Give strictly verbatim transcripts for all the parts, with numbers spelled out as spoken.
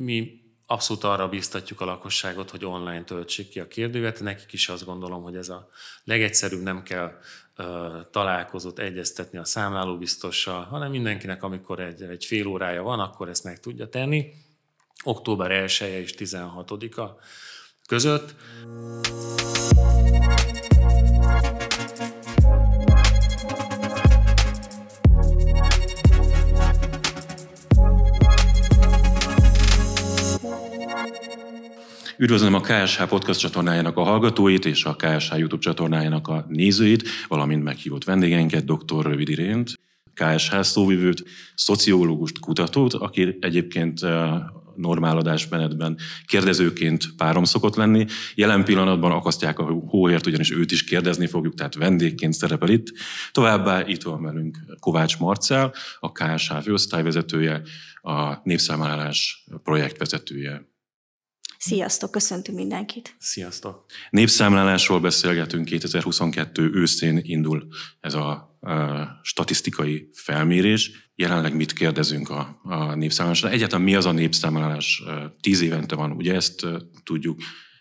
mi abszolút arra biztatjuk a lakosságot, hogy online töltsék ki a kérdőívet. Nekik is azt gondolom, hogy ez a legegyszerűbb, nem kell uh, találkozót egyeztetni a számlálóbiztossal, hanem mindenkinek, amikor egy, egy fél órája van, akkor ezt meg tudja tenni. október elseje és tizenhatodika között. Üdvözlöm a ká es há podcast csatornájának a hallgatóit és a ká es há YouTube csatornájának a nézőit, valamint meghívott vendégeinket, dr. Rövid Irént, ká es há szóvivőt, szociológust, kutatót, aki egyébként normál adásmenetben kérdezőként párom szokott lenni. Jelen pillanatban akasztják a hóért, ugyanis őt is kérdezni fogjuk, tehát vendégként szerepel itt. Továbbá itt van velünk Kovács Marcell, a ká es há főosztályvezetője, a népszámlálás projektvezetője. Sziasztok, köszöntünk mindenkit! Sziasztok! Népszámlálásról beszélgetünk, kétezer-huszonkettő őszén indul ez a, a statisztikai felmérés. Jelenleg mit kérdezünk a, a népszámlálásra? Egyáltalán mi az a népszámlálás? Tíz évente van, ugye ezt tudjuk.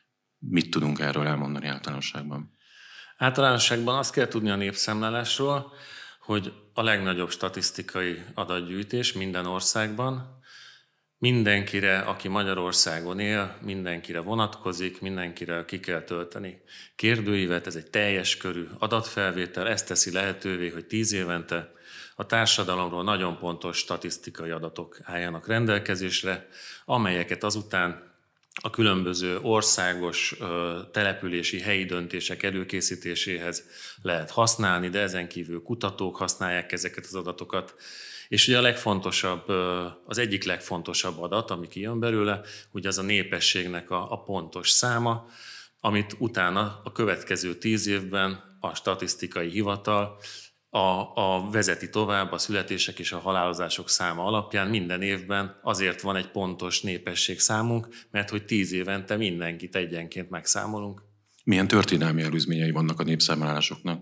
Mit tudunk erről elmondani általánosságban? Általánosságban azt kell tudni a népszámlálásról, hogy a legnagyobb statisztikai adatgyűjtés minden országban, mindenkire, aki Magyarországon él, mindenkire vonatkozik, mindenkire ki kell tölteni kérdőívet, ez egy teljes körű adatfelvétel, ez teszi lehetővé, hogy tíz évente a társadalomról nagyon pontos statisztikai adatok álljanak rendelkezésre, amelyeket azután a különböző országos települési helyi döntések előkészítéséhez lehet használni, de ezen kívül kutatók használják ezeket az adatokat. És ugye a legfontosabb, az egyik legfontosabb adat, ami kijön belőle, ugye az a népességnek a, a pontos száma, amit utána a következő tíz évben a statisztikai hivatal a, a vezeti tovább a születések és a halálozások száma alapján minden évben azért van egy pontos népességszámunk, mert hogy tíz évente mindenkit egyenként megszámolunk. Milyen történelmi előzményei vannak a népszámlálásoknak?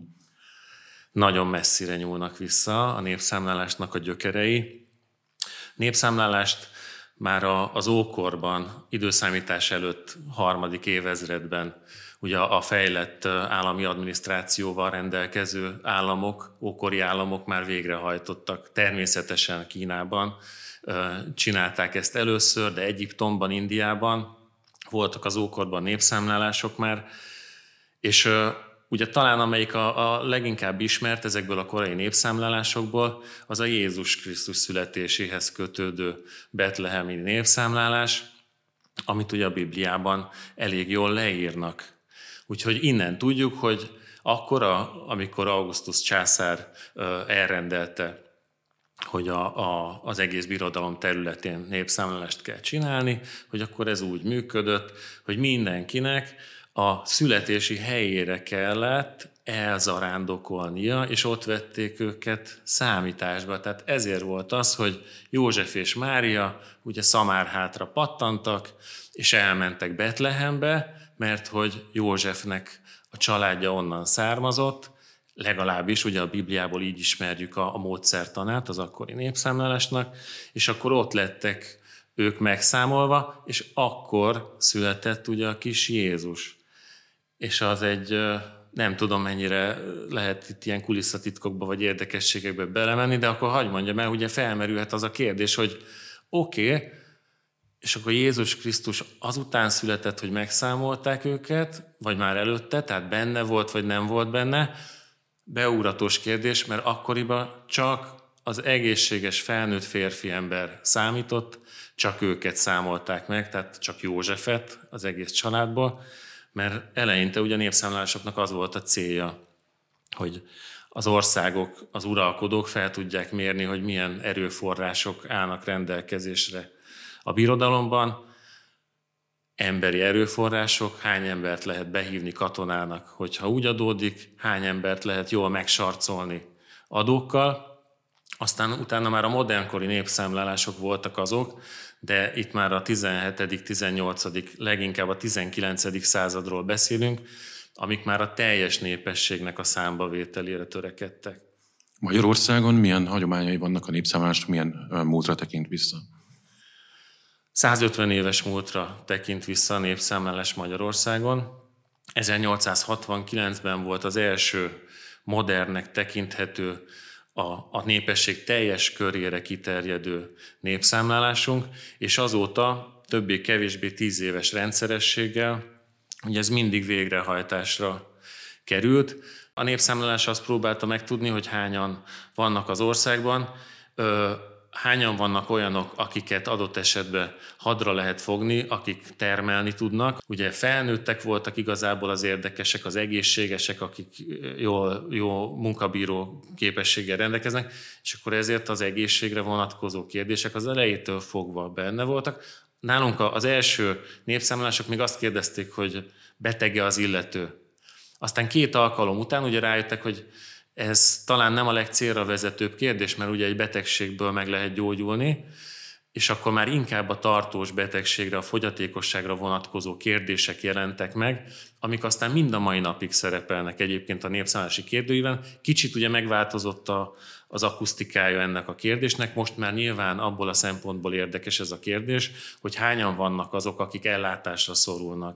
Nagyon messzire nyúlnak vissza a népszámlálásnak a gyökerei. Népszámlálást már az ókorban, időszámítás előtt harmadik évezredben ugye a fejlett állami adminisztrációval rendelkező államok, ókori államok már végrehajtottak. Természetesen Kínában csinálták ezt először, de Egyiptomban, Indiában voltak az ókorban népszámlálások már, és ugye talán amelyik a, a leginkább ismert ezekből a korai népszámlálásokból, az a Jézus Krisztus születéséhez kötődő betlehemi népszámlálás, amit ugye a Bibliában elég jól leírnak. Úgyhogy innen tudjuk, hogy akkor, a, amikor Augustus császár elrendelte, hogy a, a, az egész birodalom területén népszámlálást kell csinálni, hogy akkor ez úgy működött, hogy mindenkinek a születési helyére kellett elzarándokolnia, és ott vették őket számításba. Tehát ezért volt az, hogy József és Mária ugye Szamárhátra pattantak, és elmentek Betlehembe, mert hogy Józsefnek a családja onnan származott, legalábbis ugye a Bibliából így ismerjük a, a módszertanát az akkori népszámlálásnak, és akkor ott lettek ők megszámolva, és akkor született ugye a kis Jézus. És az egy, nem tudom mennyire lehet itt ilyen kulisszatitkokba vagy érdekességekbe belemenni, de akkor hagyj mondjam el, ugye felmerülhet az a kérdés, hogy oké, okay, és akkor Jézus Krisztus azután született, hogy megszámolták őket, vagy már előtte, tehát benne volt, vagy nem volt benne. Beugratós kérdés, mert akkoriban csak az egészséges felnőtt férfi ember számított, csak őket számolták meg, tehát csak Józsefet az egész családból, mert eleinte ugye a népszámlálásoknak az volt a célja, hogy az országok, az uralkodók fel tudják mérni, hogy milyen erőforrások állnak rendelkezésre a birodalomban, emberi erőforrások, hány embert lehet behívni katonának, hogyha úgy adódik, hány embert lehet jól megsarcolni adókkal. Aztán utána már a modernkori népszámlálások voltak azok, de itt már a tizenhetedik tizennyolcadik leginkább a tizenkilencedik századról beszélünk, amik már a teljes népességnek a számbavételére törekedtek. Magyarországon milyen hagyományai vannak a népszámlálásnak, milyen múltra tekint vissza? százötven éves múltra tekint vissza a népszámlálás Magyarországon. ezernyolcszázhatvankilencben volt az első modernnek tekinthető a, a népesség teljes körére kiterjedő népszámlálásunk, és azóta többé-kevésbé tíz éves rendszerességgel, ugye ez mindig végrehajtásra került. A népszámlálás azt próbálta megtudni, hogy hányan vannak az országban, hányan vannak olyanok, akiket adott esetben hadra lehet fogni, akik termelni tudnak. Ugye felnőttek voltak igazából az érdekesek, az egészségesek, akik jó, jó munkabíró képességgel rendelkeznek, és akkor ezért az egészségre vonatkozó kérdések az elejétől fogva benne voltak. Nálunk az első népszámlálások még azt kérdezték, hogy betege az illető. Aztán két alkalom után ugye rájöttek, hogy ez talán nem a legcélra vezetőbb kérdés, mert ugye egy betegségből meg lehet gyógyulni, és akkor már inkább a tartós betegségre, a fogyatékosságra vonatkozó kérdések jelentek meg, amik aztán mind a mai napig szerepelnek egyébként a népszámlálási kérdőíven. Kicsit ugye megváltozott a, az akusztikája ennek a kérdésnek, most már nyilván abból a szempontból érdekes ez a kérdés, hogy hányan vannak azok, akik ellátásra szorulnak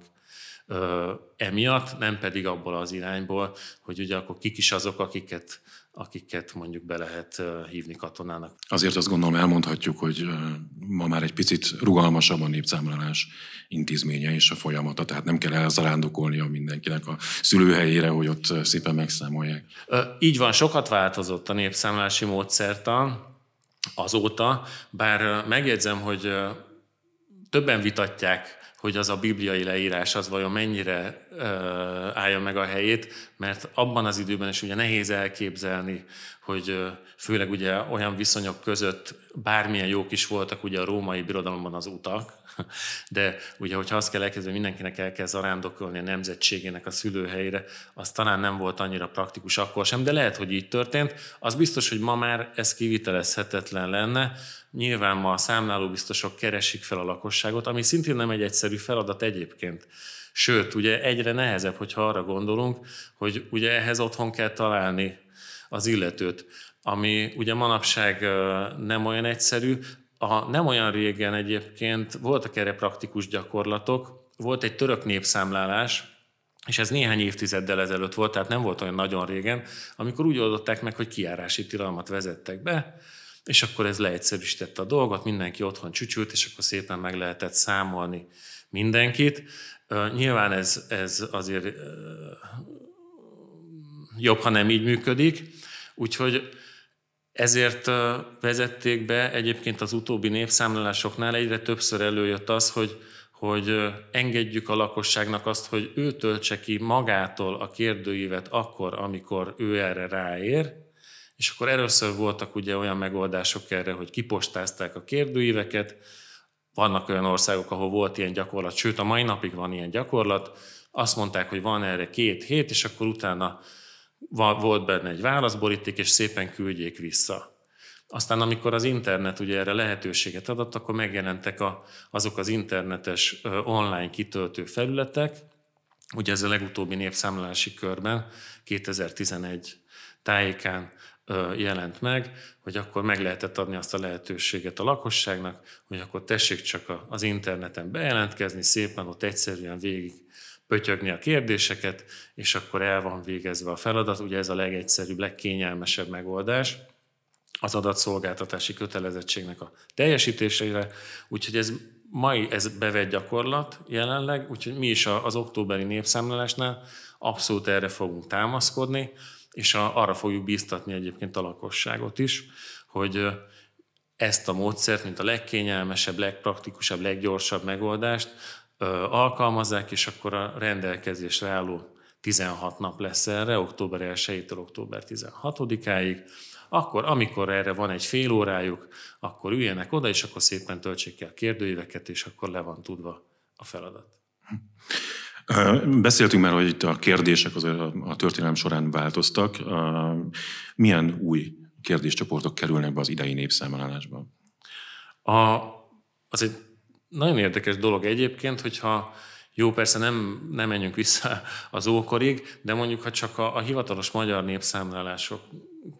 Ö, emiatt, nem pedig abból az irányból, hogy ugye akkor kik is azok, akiket, akiket mondjuk be lehet uh, hívni katonának. Azért azt gondolom elmondhatjuk, hogy uh, ma már egy picit rugalmasabb a népszámlálás intézménye és a folyamata, tehát nem kell elzarándokolnia mindenkinek a szülőhelyére, hogy ott szépen megszámolják. Ö, így van, sokat változott a népszámlálási módszertan azóta, bár megjegyzem, hogy uh, többen vitatják, hogy az a bibliai leírás az vajon mennyire uh, állja meg a helyét, mert abban az időben is ugye nehéz elképzelni, hogy uh, főleg ugye olyan viszonyok között bármilyen jók is voltak ugye a római birodalomban az utak, de ugye, hogyha azt kell elkezdeni, mindenkinek el kell zarándokolni a nemzetségének a szülőhelyére, az talán nem volt annyira praktikus akkor sem, de lehet, hogy így történt. Az biztos, hogy ma már ez kivitelezhetetlen lenne. Nyilván ma a számlálóbiztosok keresik fel a lakosságot, ami szintén nem egy egyszerű feladat egyébként. Sőt, ugye egyre nehezebb, hogyha arra gondolunk, hogy ugye ehhez otthon kell találni az illetőt, ami ugye manapság nem olyan egyszerű. A nem olyan régen egyébként voltak erre praktikus gyakorlatok, volt egy török népszámlálás, és ez néhány évtizeddel ezelőtt volt, tehát nem volt olyan nagyon régen, amikor úgy oldották meg, hogy kijárási tilalmat vezettek be, és akkor ez leegyszerűsítette a dolgot, mindenki otthon csücsült, és akkor szépen meg lehetett számolni mindenkit. Nyilván ez, ez azért jobb, ha nem így működik, úgyhogy ezért vezették be egyébként az utóbbi népszámlálásoknál egyre többször előjött az, hogy, hogy engedjük a lakosságnak azt, hogy ő töltse ki magától a kérdőívet akkor, amikor ő erre ráér, és akkor először voltak ugye olyan megoldások erre, hogy kipostázták a kérdőíveket, vannak olyan országok, ahol volt ilyen gyakorlat, sőt a mai napig van ilyen gyakorlat, azt mondták, hogy van erre két hét, és akkor utána volt benne egy válaszboríték, és szépen küldjék vissza. Aztán amikor az internet ugye erre lehetőséget adott, akkor megjelentek a, azok az internetes online kitöltő felületek, ugye ez a legutóbbi népszámlálási körben kétezer-tizenegy tájékán jelent meg, hogy akkor meg lehetett adni azt a lehetőséget a lakosságnak, hogy akkor tessék csak az interneten bejelentkezni, szépen ott egyszerűen végig pötyögni a kérdéseket, és akkor el van végezve a feladat. Ugye ez a legegyszerűbb, legkényelmesebb megoldás az adatszolgáltatási kötelezettségnek a teljesítésére. Úgyhogy ez mai ez bevett gyakorlat jelenleg, úgyhogy mi is az októberi népszámlálásnál abszolút erre fogunk támaszkodni, és arra fogjuk bíztatni egyébként a lakosságot is, hogy ezt a módszert, mint a legkényelmesebb, legpraktikusabb, leggyorsabb megoldást alkalmazzák, és akkor a rendelkezésre álló tizenhat nap lesz erre, október elsejétől október tizenhatodikáig. Akkor, amikor erre van egy fél órájuk, akkor üljenek oda, és akkor szépen töltsék ki a kérdőíveket, és akkor le van tudva a feladat. Beszéltünk már, hogy itt a kérdések azért a történelem során változtak. Milyen új kérdéscsoportok kerülnek be az idei népszámlálásba? A, az egy nagyon érdekes dolog egyébként, hogyha jó, persze nem, nem menjünk vissza az ókorig, de mondjuk, ha csak a, a hivatalos magyar népszámlálások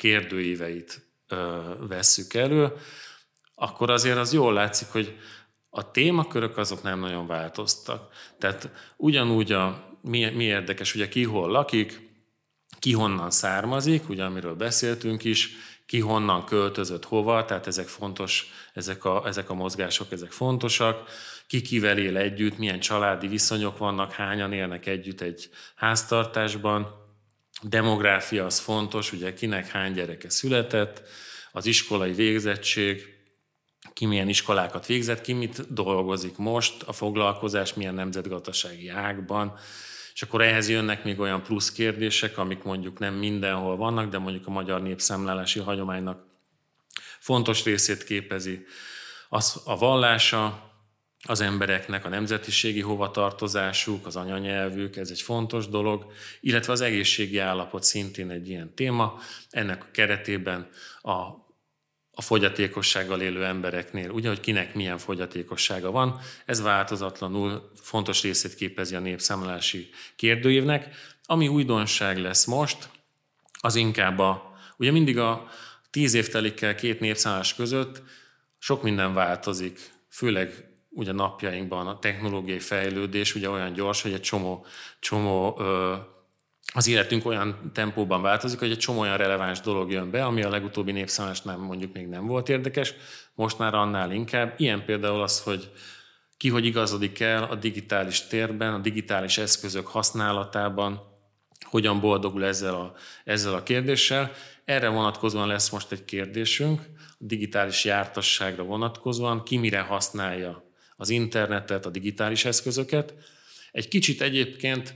kérdőíveit ö, vesszük elő, akkor azért az jól látszik, hogy A témakörök azok nem nagyon változtak. Tehát ugyanúgy a, mi, mi érdekes, ugye ki hol lakik, ki honnan származik, ugye amiről beszéltünk is, ki honnan költözött hova, tehát ezek fontos, ezek a, ezek a mozgások, ezek fontosak, ki kivel él együtt, milyen családi viszonyok vannak, hányan élnek együtt egy háztartásban, demográfia az fontos, ugye kinek hány gyereke született, az iskolai végzettség, ki milyen iskolákat végzett, ki mit dolgozik most, a foglalkozás milyen nemzetgazdasági ágban, és akkor ehhez jönnek még olyan plusz kérdések, amik mondjuk nem mindenhol vannak, de mondjuk a magyar népszámlálási hagyománynak fontos részét képezi. Az a vallása az embereknek, a nemzetiségi hovatartozásuk, az anyanyelvük, ez egy fontos dolog, illetve az egészségi állapot szintén egy ilyen téma. Ennek a keretében a a fogyatékossággal élő embereknél, ugye, hogy kinek milyen fogyatékossága van, ez változatlanul fontos részét képezi a népszámlálási kérdőívnek. Ami újdonság lesz most, az inkább a, ugye mindig a tíz év telik el két népszámlálás között, sok minden változik, főleg ugye napjainkban a technológiai fejlődés ugye olyan gyors, hogy egy csomó, csomó ö, az életünk olyan tempóban változik, hogy egy csomó olyan releváns dolog jön be, ami a legutóbbi népszámlálásnál mondjuk még nem volt érdekes, most már annál inkább. Ilyen például az, hogy ki hogy igazodik el a digitális térben, a digitális eszközök használatában, hogyan boldogul ezzel a, ezzel a kérdéssel. Erre vonatkozóan lesz most egy kérdésünk, a digitális jártasságra vonatkozóan, ki mire használja az internetet, a digitális eszközöket. Egy kicsit egyébként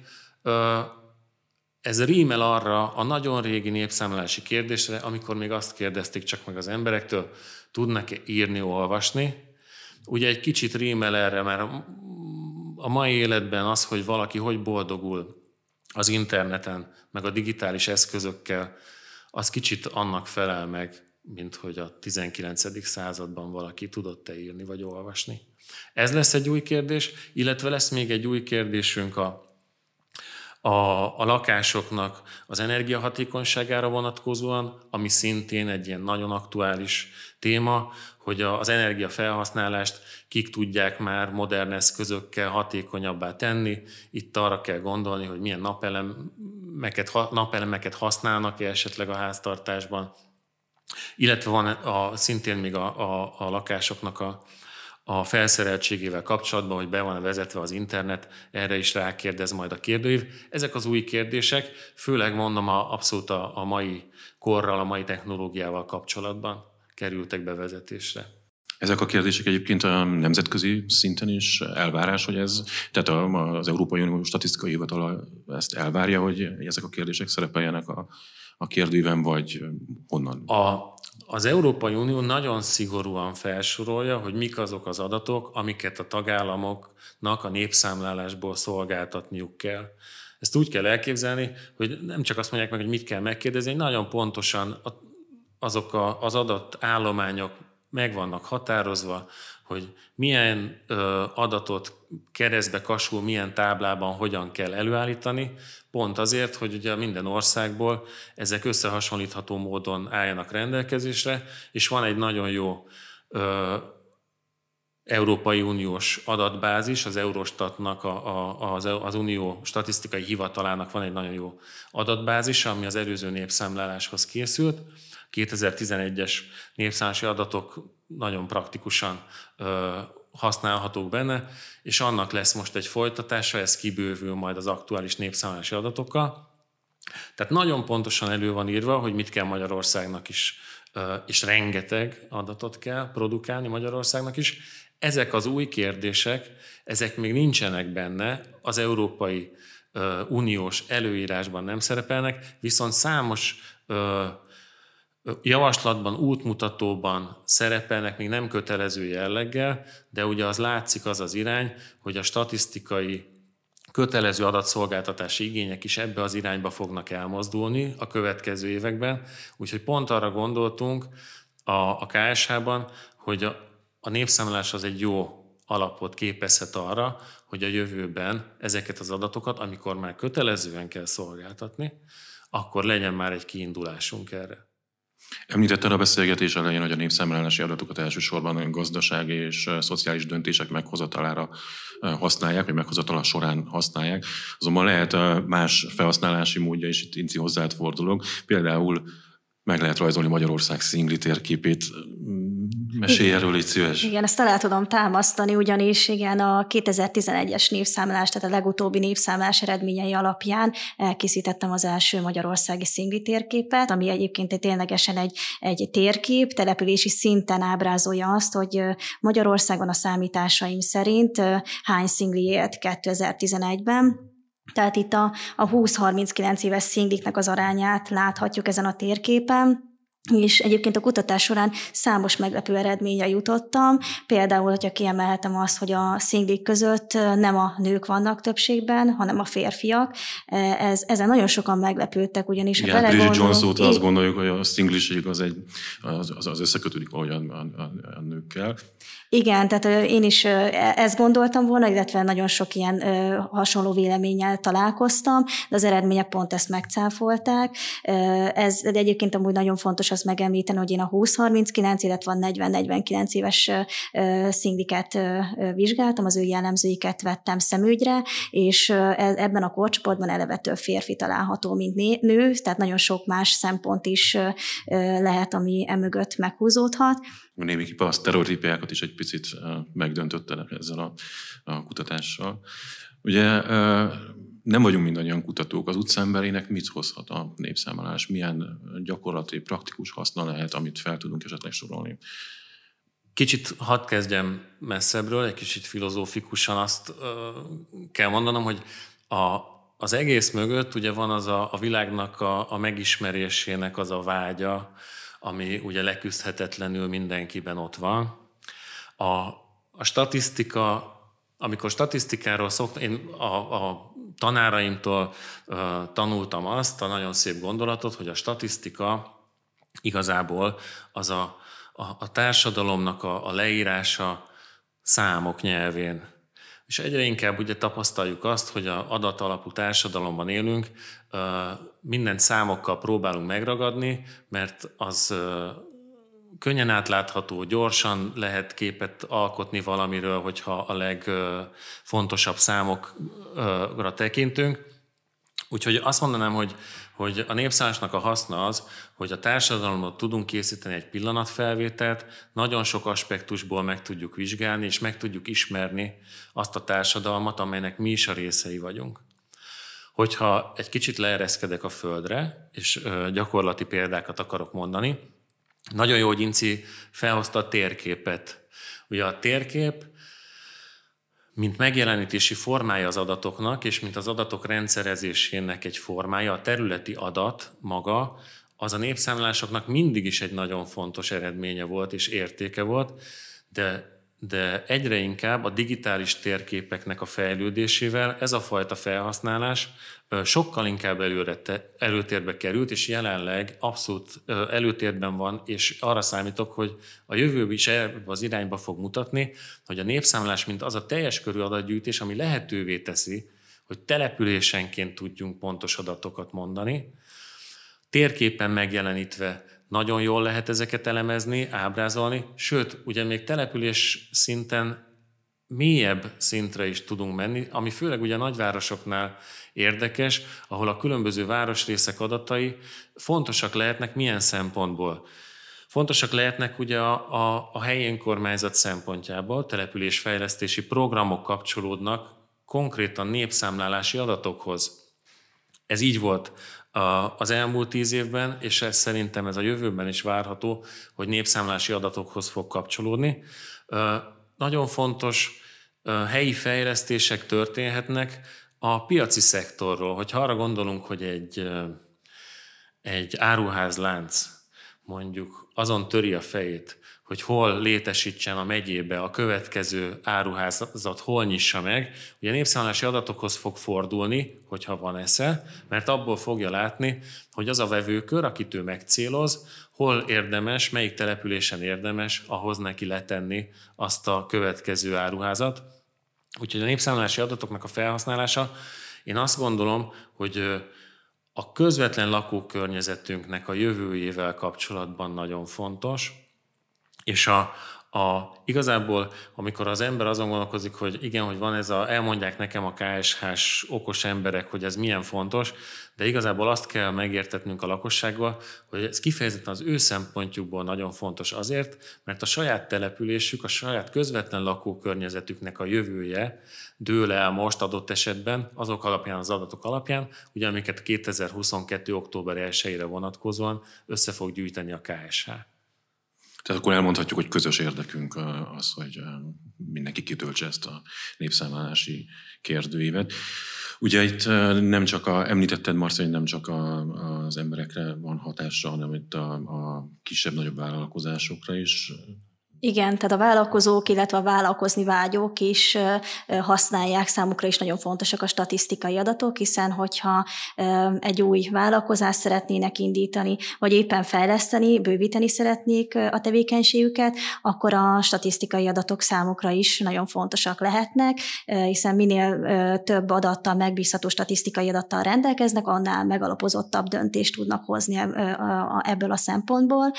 ez rímel arra a nagyon régi népszámlálási kérdésre, amikor még azt kérdezték csak meg az emberektől, tudnak-e írni, olvasni. Ugye egy kicsit rímel erre, mert a mai életben az, hogy valaki hogy boldogul az interneten, meg a digitális eszközökkel, az kicsit annak felel meg, mint hogy a tizenkilencedik században valaki tudott-e írni vagy olvasni. Ez lesz egy új kérdés, illetve lesz még egy új kérdésünk a A, a lakásoknak az energiahatékonyságára vonatkozóan, ami szintén egy ilyen nagyon aktuális téma, hogy az energiafelhasználást kik tudják már modern eszközökkel hatékonyabbá tenni. Itt arra kell gondolni, hogy milyen napelemeket, napelemeket használnak esetleg a háztartásban, illetve van a, szintén még a, a, a lakásoknak a a felszereltségével kapcsolatban, hogy be van vezetve az internet, erre is rákérdez majd a kérdőív. Ezek az új kérdések, főleg mondom a, abszolút a, a mai korral, a mai technológiával kapcsolatban kerültek bevezetésre. Ezek a kérdések egyébként a nemzetközi szinten is elvárás, hogy ez, tehát az Európai Unió Statisztikai Hivatala ezt elvárja, hogy ezek a kérdések szerepeljenek a, a kérdőíven, vagy honnan? A, az Európai Unió nagyon szigorúan felsorolja, hogy mik azok az adatok, amiket a tagállamoknak a népszámlálásból szolgáltatniuk kell. Ezt úgy kell elképzelni, hogy nem csak azt mondják meg, hogy mit kell megkérdezni, nagyon pontosan azok a, az adott állományok meg vannak határozva, hogy milyen ö, adatot keresztbe kasul, milyen táblában hogyan kell előállítani, pont azért, hogy ugye minden országból ezek összehasonlítható módon álljanak rendelkezésre, és van egy nagyon jó ö, Európai Uniós adatbázis, az Eurostatnak, a, a, az, az Unió Statisztikai Hivatalának van egy nagyon jó adatbázis, ami az előző népszámláláshoz készült. kétezer-tizenegyes népszámlálási adatok nagyon praktikusan ö, használhatók benne, és annak lesz most egy folytatása, ez kibővül majd az aktuális népszámlálási adatokkal. Tehát nagyon pontosan elő van írva, hogy mit kell Magyarországnak is, ö, és rengeteg adatot kell produkálni Magyarországnak is. Ezek az új kérdések, ezek még nincsenek benne, az Európai ö, Uniós előírásban nem szerepelnek, viszont számos ö, javaslatban, útmutatóban szerepelnek, még nem kötelező jelleggel, de ugye az látszik az az irány, hogy a statisztikai kötelező adatszolgáltatási igények is ebbe az irányba fognak elmozdulni a következő években. Úgyhogy pont arra gondoltunk a, a ká es há-ban, hogy a, a népszámlálás az egy jó alapot képezhet arra, hogy a jövőben ezeket az adatokat, amikor már kötelezően kell szolgáltatni, akkor legyen már egy kiindulásunk erre. Említetted a beszélgetés elején, hogy a népszámlálási adatokat elsősorban gazdasági és szociális döntések meghozatalára használják, vagy meghozatala során használják. Azonban lehet más felhasználási módja is, itt Inci hozzád fordulok. Például meg lehet rajzolni Magyarország szingli térképét. Mesélj erről, légy szíves. Igen, ezt alá tudom támasztani, ugyanis igen, a kétezer-tizenegyes névszámlás, tehát a legutóbbi névszámlás eredményei alapján elkészítettem az első magyarországi szingli térképet, ami egyébként ténylegesen egy, egy térkép, települési szinten ábrázolja azt, hogy Magyarországon a számításaim szerint hány szingli élt kétezer-tizenegyben. Tehát itt a, a húsz-harminckilenc éves szingliknek az arányát láthatjuk ezen a térképen, és egyébként a kutatás során számos meglepő eredményre jutottam. Például, hogyha kiemelhetem azt, hogy a szinglik között nem a nők vannak többségben, hanem a férfiak. Ez, ezen nagyon sokan meglepődtek, ugyanis igen, ha Bridget Jones óta azt gondoljuk, hogy a szingliség az, egy, az, az összekötődik valahogyan a, a, a nőkkel. Igen, tehát én is ezt gondoltam volna, illetve nagyon sok ilyen hasonló véleménnyel találkoztam, de az eredmények pont ezt megcáfolták. Ez de egyébként amúgy nagyon fontos azt megemlíteni, hogy én a húsz-harminckilenc, illetve a negyven-negyvenkilenc éves szingliket vizsgáltam, az ő jellemzőiket vettem szemügyre, és ebben a korcsoportban eleve több férfi található, mint nő, tehát nagyon sok más szempont is lehet, ami emögött meghúzódhat. Némiképpen a sztereotípiákat is egy picit megdöntöttenek ezzel a, a kutatással. Ugye nem vagyunk mindannyian kutatók, az utcaemberének mit hozhat a népszámlálás, milyen gyakorlati, praktikus haszna lehet, amit fel tudunk esetleg sorolni? Kicsit hadd kezdjem messzebbről, egy kicsit filozófikusan azt kell mondanom, hogy a, az egész mögött ugye van az a, a világnak a, a megismerésének az a vágya, ami ugye leküzdhetetlenül mindenkiben ott van. A, a statisztika, amikor statisztikáról szoktam, én a, a tanáraimtól uh, tanultam azt, a nagyon szép gondolatot, hogy a statisztika igazából az a, a, a társadalomnak a, a leírása számok nyelvén. És egyre inkább ugye tapasztaljuk azt, hogy az adatalapú társadalomban élünk, mindent számokkal próbálunk megragadni, mert az könnyen átlátható, gyorsan lehet képet alkotni valamiről, hogyha a legfontosabb számokra tekintünk. Úgyhogy azt mondanám, hogy, hogy a népszámlálásnak a haszna az, hogy a társadalomban tudunk készíteni egy pillanatfelvételt, nagyon sok aspektusból meg tudjuk vizsgálni, és meg tudjuk ismerni azt a társadalmat, amelynek mi is a részei vagyunk. Hogyha egy kicsit leereszkedek a földre, és gyakorlati példákat akarok mondani, nagyon jó, hogy Inci felhozta a térképet. Ugye a térkép, mint megjelenítési formája az adatoknak, és mint az adatok rendszerezésének egy formája, a területi adat maga, az a népszámlálásoknak mindig is egy nagyon fontos eredménye volt és értéke volt, de, de egyre inkább a digitális térképeknek a fejlődésével ez a fajta felhasználás sokkal inkább előre, előtérbe került, és jelenleg abszolút előtérben van, és arra számítok, hogy a jövő is ebbe az irányba fog mutatni, hogy a népszámlálás, mint az a teljes körű adatgyűjtés, ami lehetővé teszi, hogy településenként tudjunk pontos adatokat mondani. Térképen megjelenítve nagyon jól lehet ezeket elemezni, ábrázolni, sőt, ugye még település szinten mélyebb szintre is tudunk menni, ami főleg ugye a nagyvárosoknál érdekes, ahol a különböző városrészek adatai fontosak lehetnek milyen szempontból. Fontosak lehetnek ugye a, a, a helyi önkormányzat szempontjából, településfejlesztési programok kapcsolódnak konkrétan népszámlálási adatokhoz. Ez így volt az elmúlt tíz évben, és ez szerintem ez a jövőben is várható, hogy népszámlálási adatokhoz fog kapcsolódni. Nagyon fontos helyi fejlesztések történhetnek a piaci szektorról. Hogyha arra gondolunk, hogy egy, egy áruházlánc mondjuk azon töri a fejét, hogy hol létesítsen a megyébe a következő áruházat, hol nyissa meg, ugye népszámlálási adatokhoz fog fordulni, hogyha van esze, mert abból fogja látni, hogy az a vevőkör, akit ő megcéloz, hol érdemes, melyik településen érdemes ahhoz neki letenni azt a következő áruházat. Úgyhogy a népszámlálási adatoknak a felhasználása, én azt gondolom, hogy a közvetlen lakókörnyezetünknek a jövőjével kapcsolatban nagyon fontos, és a, a, igazából, amikor az ember azon gondolkozik, hogy igen, hogy van ez a, elmondják nekem a ká es hás okos emberek, hogy ez milyen fontos, de igazából azt kell megértetnünk a lakossággal, hogy ez kifejezetten az ő szempontjukból nagyon fontos azért, mert a saját településük, a saját közvetlen lakókörnyezetüknek a jövője dől el most adott esetben azok alapján, az adatok alapján, ugye amiket kétezer-huszonkettő. október elsejére vonatkozóan össze fog gyűjteni a ká es há. Tehát akkor elmondhatjuk, hogy közös érdekünk az, hogy mindenki kitöltse ezt a népszámlálási kérdőívet. Ugye itt nem csak a, említetted, Marci, hogy nem csak a, az emberekre van hatása, hanem itt a, a kisebb-nagyobb vállalkozásokra is. Igen, tehát a vállalkozók, illetve a vállalkozni vágyók is használják, számukra is nagyon fontosak a statisztikai adatok, hiszen hogyha egy új vállalkozást szeretnének indítani, vagy éppen fejleszteni, bővíteni szeretnék a tevékenységüket, akkor a statisztikai adatok számukra is nagyon fontosak lehetnek, hiszen minél több adattal, megbízható statisztikai adattal rendelkeznek, annál megalapozottabb döntést tudnak hozni ebből a szempontból.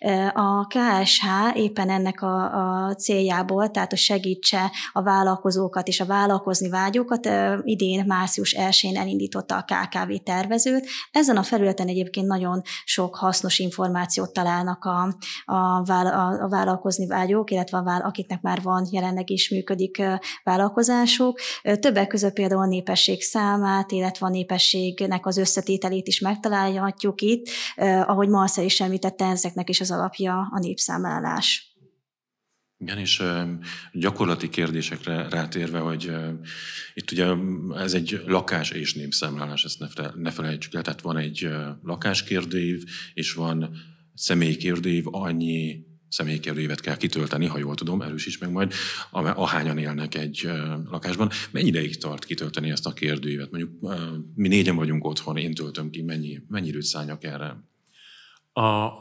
A ká es há éppen ennek A, a céljából, tehát hogy segítse a vállalkozókat és a vállalkozni vágyókat. Idén március elsején elindította a ká ká vé tervezőt. Ezen a felületen egyébként nagyon sok hasznos információt találnak a, a, a, a vállalkozni vágyók, illetve a, akiknek már van, jelenleg is működik vállalkozásuk. Többek között például a népesség számát, illetve a népességnek az összetételét is megtalálhatjuk itt. Ahogy Marcell is említette, ezeknek is az alapja a népszámlálás. Igen, és gyakorlati kérdésekre rátérve, hogy itt ugye ez egy lakás és népszámlálás, ezt ne felejtsük el, tehát van egy lakáskérdőív, és van személykérdőív, annyi személykérdőívet kell kitölteni, ha jól tudom, erősíts meg majd, ahányan élnek egy lakásban. Mennyi ideig tart kitölteni ezt a kérdőívet? Mondjuk mi négyen vagyunk otthon, én töltöm ki, mennyi, mennyi időt szálljak erre? A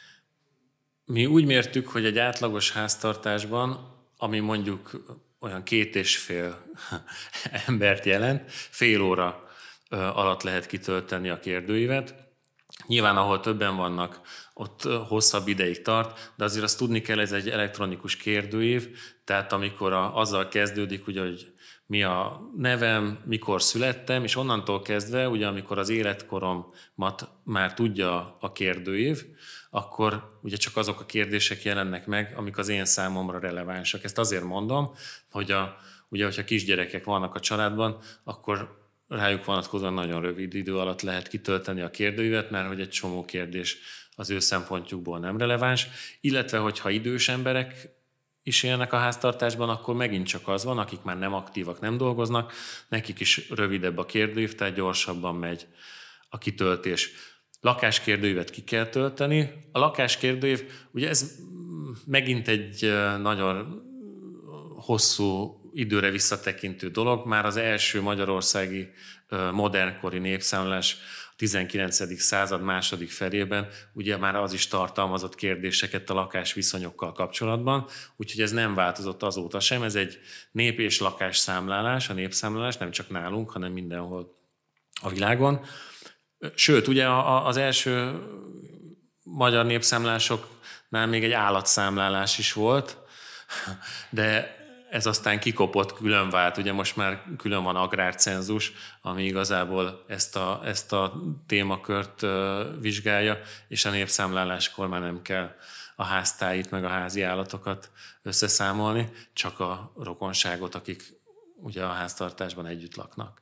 Mi úgy mértük, hogy egy átlagos háztartásban, ami mondjuk olyan két és fél embert jelent, fél óra alatt lehet kitölteni a kérdőívet. Nyilván, ahol többen vannak, ott hosszabb ideig tart, de azért azt tudni kell, ez egy elektronikus kérdőív, tehát amikor a, azzal kezdődik, ugye, hogy mi a nevem, mikor születtem, és onnantól kezdve, ugye amikor az életkoromat már tudja a kérdőív, akkor ugye csak azok a kérdések jelennek meg, amik az én számomra relevánsak. Ezt azért mondom, hogy a, ugye, hogyha kisgyerekek vannak a családban, akkor rájuk vonatkozóan nagyon rövid idő alatt lehet kitölteni a kérdőívet, mert hogy egy csomó kérdés az ő szempontjukból nem releváns, illetve hogyha idős emberek is élnek a háztartásban, akkor megint csak az van, akik már nem aktívak, nem dolgoznak, nekik is rövidebb a kérdőív, tehát gyorsabban megy a kitöltés. Lakáskérdőívet ki kell tölteni. A lakáskérdőív, ugye ez megint egy nagyon hosszú időre visszatekintő dolog, már az első magyarországi modernkori népszámlálás a tizenkilencedik század második felében ugye már az is tartalmazott kérdéseket a lakásviszonyokkal kapcsolatban, úgyhogy ez nem változott azóta sem, ez egy nép- és lakásszámlálás, a népszámlálás nem csak nálunk, hanem mindenhol a világon. Sőt, ugye az első magyar népszámlálásoknál még egy állatszámlálás is volt, de ez aztán kikopott, külön vált, ugye most már külön van agrárcenzus, ami igazából ezt a, ezt a témakört vizsgálja, és a népszámláláskor már nem kell a háztáit meg a házi állatokat összeszámolni, csak a rokonságot, akik ugye a háztartásban együtt laknak.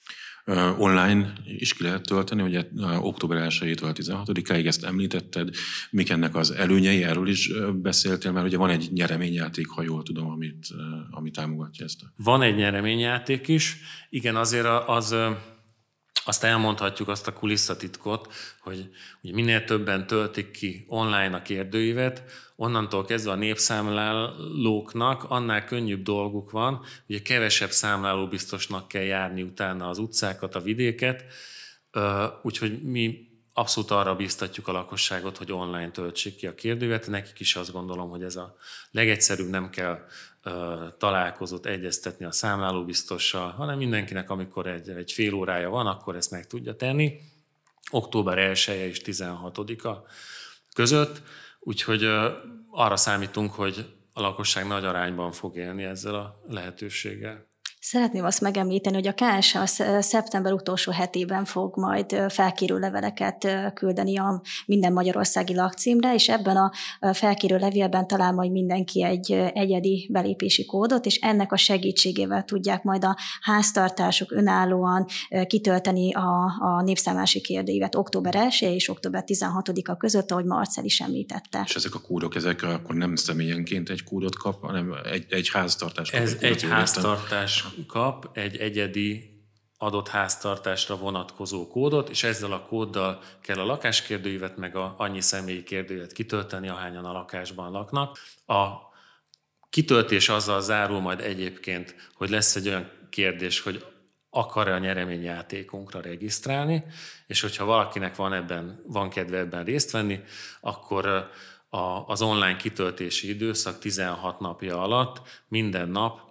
Online is ki lehet tölteni, ugye október elsejétől tizenhatodikáig ezt említetted. Mik ennek az előnyei? Erről is beszéltél, mert ugye van egy nyereményjáték, ha jól tudom, amit, ami támogatja ezt. Van egy nyereményjáték is. Igen, azért az, azt elmondhatjuk, azt a kulisszatitkot, hogy ugye minél többen töltik ki online a kérdőívet, onnantól kezdve a népszámlálóknak annál könnyűbb dolguk van, ugye kevesebb számlálóbiztosnak kell járni utána az utcákat, a vidéket, úgyhogy mi abszolút arra bíztatjuk a lakosságot, hogy online töltsék ki a kérdőívet. Nekik is azt gondolom, hogy ez a legegyszerűbb, nem kell találkozót egyeztetni a számlálóbiztossal, hanem mindenkinek, amikor egy, egy fél órája van, akkor ezt meg tudja tenni. október elseje és tizenhatodika között, úgyhogy arra számítunk, hogy a lakosság nagy arányban fog élni ezzel a lehetőséggel. Szeretném azt megemlíteni, hogy a ká es há a szeptember utolsó hetében fog majd felkérő leveleket küldeni a minden magyarországi lakcímre, és ebben a felkérő levélben talál majd mindenki egy egyedi belépési kódot, és ennek a segítségével tudják majd a háztartások önállóan kitölteni a, a népszámlálási kérdőívet október elseje és október tizenhatodika között, ahogy Marcell is említette. És ezek a kódok, ezek akkor nem személyenként egy kódot kap, hanem egy, egy háztartás kap. Ez egy, egy háztartás kap egy egyedi adott háztartásra vonatkozó kódot, és ezzel a kóddal kell a lakáskérdőívet, meg a annyi személyi kérdőívet kitölteni, ahányan a lakásban laknak. A kitöltés azzal zárul majd egyébként, hogy lesz egy olyan kérdés, hogy akar-e a nyereményjátékunkra regisztrálni, és hogyha valakinek van, ebben, van kedve ebben részt venni, akkor a, az online kitöltési időszak tizenhat napja alatt minden nap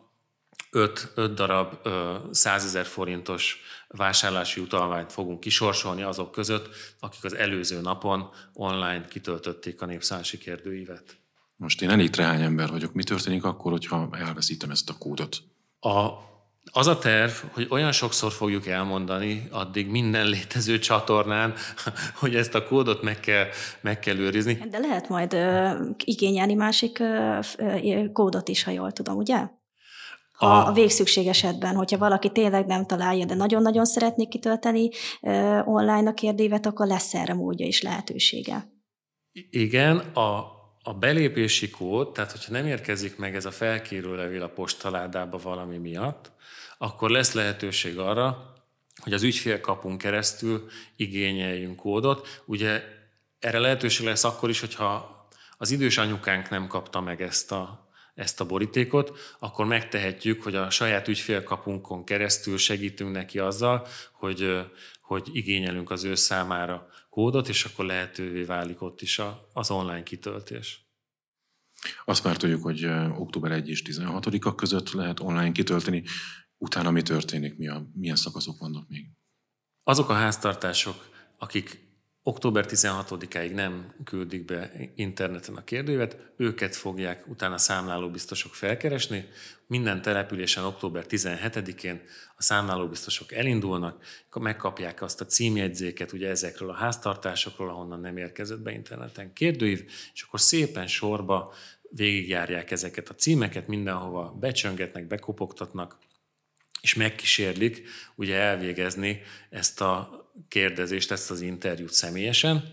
öt darab százezer forintos vásárlási utalványt fogunk kisorsolni azok között, akik az előző napon online kitöltötték a népszámlálási kérdőívet. Most én elég trehány ember vagyok. Mi történik akkor, hogyha elveszítem ezt a kódot? A, az a terv, hogy olyan sokszor fogjuk elmondani addig minden létező csatornán, hogy ezt a kódot meg kell, meg kell őrizni. De lehet majd ö, igényelni másik ö, ö, kódot is, ha jól tudom, ugye? A, a végszükség esetben, hogyha valaki tényleg nem találja, de nagyon-nagyon szeretné kitölteni uh, online a kérdőívet, akkor lesz erre módja és lehetősége. Igen, a, a belépési kód, tehát hogyha nem érkezik meg ez a felkérő levél a postaládába valami miatt, akkor lesz lehetőség arra, hogy az ügyfélkapun keresztül igényeljünk kódot. Ugye erre lehetőség lesz akkor is, hogyha az idős anyukánk nem kapta meg ezt a ezt a borítékot, akkor megtehetjük, hogy a saját ügyfélkapunkon keresztül segítünk neki azzal, hogy, hogy igényelünk az ő számára kódot, és akkor lehetővé válik ott is az online kitöltés. Azt már tudjuk, hogy október elseje és tizenhatodika között lehet online kitölteni. Utána mi történik? Mi a, milyen szakaszok vannak még? Azok a háztartások, akik október tizenhatodikáig nem küldik be interneten a kérdőívet, őket fogják utána számlálóbiztosok felkeresni. Minden településen október tizenhetedikén a számlálóbiztosok elindulnak, megkapják azt a címjegyzéket ugye ezekről a háztartásokról, ahonnan nem érkezett be interneten kérdőív, és akkor szépen sorba végigjárják ezeket a címeket, mindenhova becsöngetnek, bekopogtatnak, és megkísérlik ugye elvégezni ezt a kérdezést, ezt az interjút személyesen.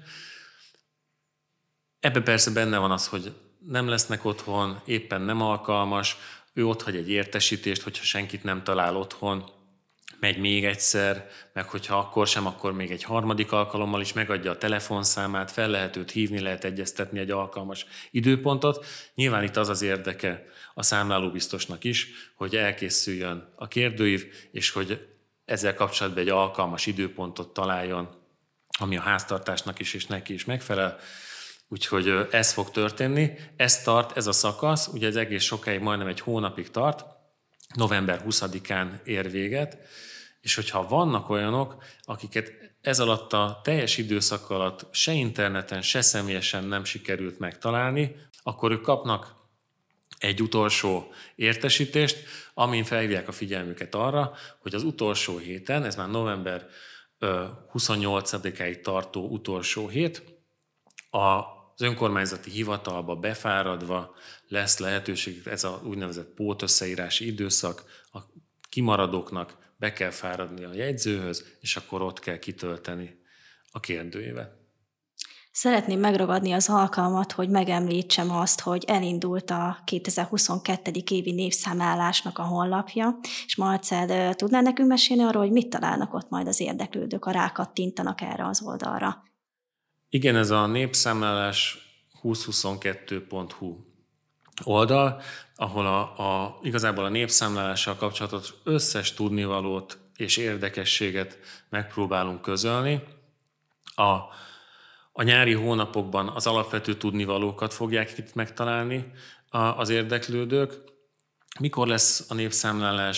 Ebben persze benne van az, hogy nem lesznek otthon, éppen nem alkalmas, ő otthagy egy értesítést, hogyha senkit nem talál otthon, megy még egyszer, meg hogyha akkor sem, akkor még egy harmadik alkalommal is megadja a telefonszámát, fel lehet őt hívni, lehet egyeztetni egy alkalmas időpontot. Nyilván itt az az érdeke a számlálóbiztosnak is, hogy elkészüljön a kérdőív, és hogy ezzel kapcsolatban egy alkalmas időpontot találjon, ami a háztartásnak is és neki is megfelel. Úgyhogy ez fog történni. Ez tart, ez a szakasz, ugye ez egész sokáig, majdnem egy hónapig tart, november huszadikán ér véget, és hogyha vannak olyanok, akiket ez alatt a teljes időszak alatt se interneten, se személyesen nem sikerült megtalálni, akkor ők kapnak egy utolsó értesítést, amin felhívják a figyelmüket arra, hogy az utolsó héten, ez már november huszonnyolcadikáig tartó utolsó hét, az önkormányzati hivatalba befáradva lesz lehetőség, ez az úgynevezett pótösszeírási időszak, a kimaradóknak be kell fáradni a jegyzőhöz, és akkor ott kell kitölteni a kérdőívet. Szeretném megragadni az alkalmat, hogy megemlítsem azt, hogy elindult a kétezer-huszonkettő. évi népszámlálásnak a honlapja, és Marcell, tudnál nekünk mesélni arról, hogy mit találnak ott majd az érdeklődők, ha rákattintanak erre az oldalra? Igen, ez a népszámlálás kétezer-huszonkettő pont hu oldal, ahol a, a, igazából a népszámlálással kapcsolatos összes tudnivalót és érdekességet megpróbálunk közölni. A, a nyári hónapokban az alapvető tudnivalókat fogják itt megtalálni az érdeklődők. Mikor lesz a népszámlálás?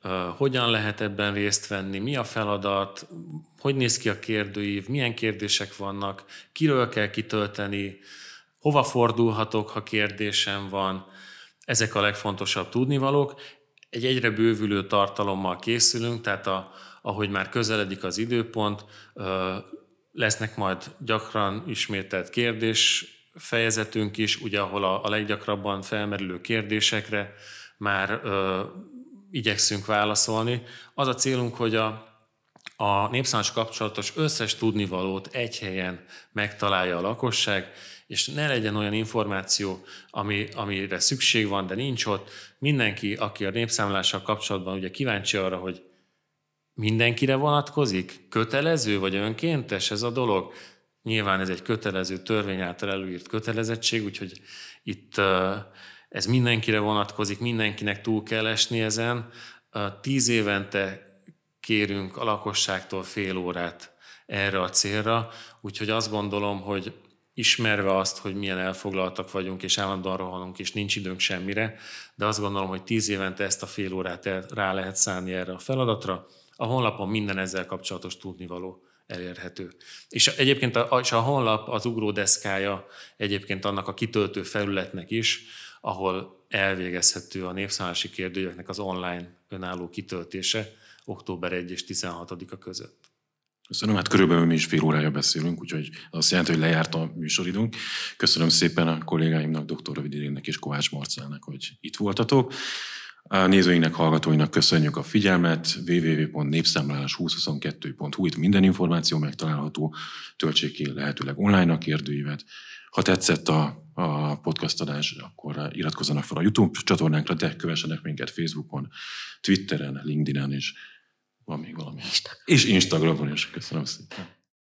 hogyan lehet ebben részt venni, mi a feladat, hogy néz ki a kérdőív, milyen kérdések vannak, kiről kell kitölteni, hova fordulhatok, ha kérdésem van. Ezek a legfontosabb tudnivalók. Egy egyre bővülő tartalommal készülünk, tehát a, ahogy már közeledik az időpont, lesznek majd gyakran ismételt kérdés fejezetünk is, ugye ahol a, a leggyakrabban felmerülő kérdésekre már ö, igyekszünk válaszolni. Az a célunk, hogy a, a népszámlás kapcsolatos összes tudnivalót egy helyen megtalálja a lakosság, és ne legyen olyan információ, ami, amire szükség van, de nincs ott. Mindenki, aki a népszámlással kapcsolatban ugye kíváncsi arra, hogy mindenkire vonatkozik, kötelező vagy önkéntes ez a dolog, nyilván ez egy kötelező törvény által előírt kötelezettség, úgyhogy itt ez mindenkire vonatkozik, mindenkinek túl kell esni ezen. Tíz évente kérünk a lakosságtól fél órát erre a célra, úgyhogy azt gondolom, hogy ismerve azt, hogy milyen elfoglaltak vagyunk, és állandóan rohanunk, és nincs időnk semmire, de azt gondolom, hogy tíz évente ezt a fél órát rá lehet szállni erre a feladatra. A honlapon minden ezzel kapcsolatos tudnivaló elérhető. És egyébként a, a honlap az ugródeszkája egyébként annak a kitöltő felületnek is, ahol elvégezhető a népszámlási kérdőíveknek az online önálló kitöltése október elseje és tizenhatodika között. Köszönöm, hát körülbelül mi is fél órája beszélünk, úgyhogy azt jelenti, hogy lejárt a műsoridőnk. Köszönöm szépen a kollégáimnak, dr. Rövid Irénnek és Kovács Marcelnek, hogy itt voltatok. A nézőinknek, hallgatóinknak köszönjük a figyelmet. double-u double-u double-u pont népszámlálás kétezer-huszonkettő pont hu, itt minden információ megtalálható, töltsék ki lehetőleg online a kérdőívet. Ha tetszett a, a podcast adás, akkor iratkozzanak fel a YouTube csatornánkra, de kövessenek minket Facebookon, Twitteren, LinkedInen, és van még valami. Instagram. És Instagramon is. Köszönöm szépen.